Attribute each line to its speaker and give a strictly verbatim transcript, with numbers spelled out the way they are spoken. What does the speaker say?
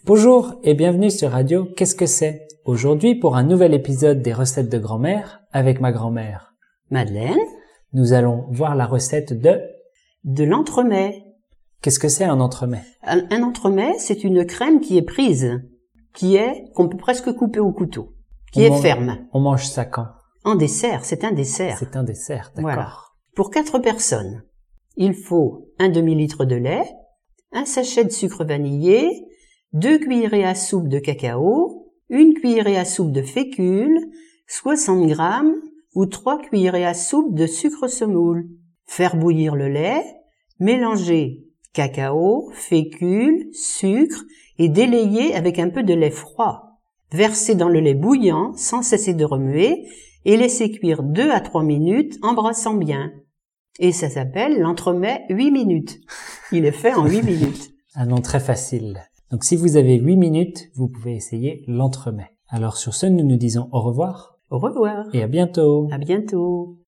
Speaker 1: Bonjour et bienvenue sur Radio Qu'est-ce que c'est? Aujourd'hui pour un nouvel épisode des recettes de grand-mère avec ma grand-mère
Speaker 2: Madeleine,
Speaker 1: nous allons voir la recette de...
Speaker 2: de l'entremets.
Speaker 1: Qu'est-ce que c'est un entremets?
Speaker 2: Un, un entremets, c'est une crème qui est prise, qui est, qu'on peut presque couper au couteau, qui
Speaker 1: On
Speaker 2: est
Speaker 1: mange-
Speaker 2: ferme.
Speaker 1: On mange ça quand?
Speaker 2: En dessert, c'est un dessert.
Speaker 1: C'est un dessert, d'accord.
Speaker 2: Voilà. Pour quatre personnes, il faut un demi-litre de lait, un sachet de sucre vanillé, deux cuillerées à soupe de cacao, une cuillerée à soupe de fécule, soixante grammes ou trois cuillerées à soupe de sucre semoule. Faire bouillir le lait, mélanger cacao, fécule, sucre et délayer avec un peu de lait froid. Verser dans le lait bouillant sans cesser de remuer et laisser cuire deux à trois minutes en brassant bien. Et ça s'appelle l'entremets huit minutes. Il est fait en huit minutes.
Speaker 1: Un nom très facile. Donc si vous avez huit minutes, vous pouvez essayer l'entremets. Alors sur ce, nous nous disons au revoir
Speaker 2: Au revoir.
Speaker 1: et à bientôt.
Speaker 2: À bientôt.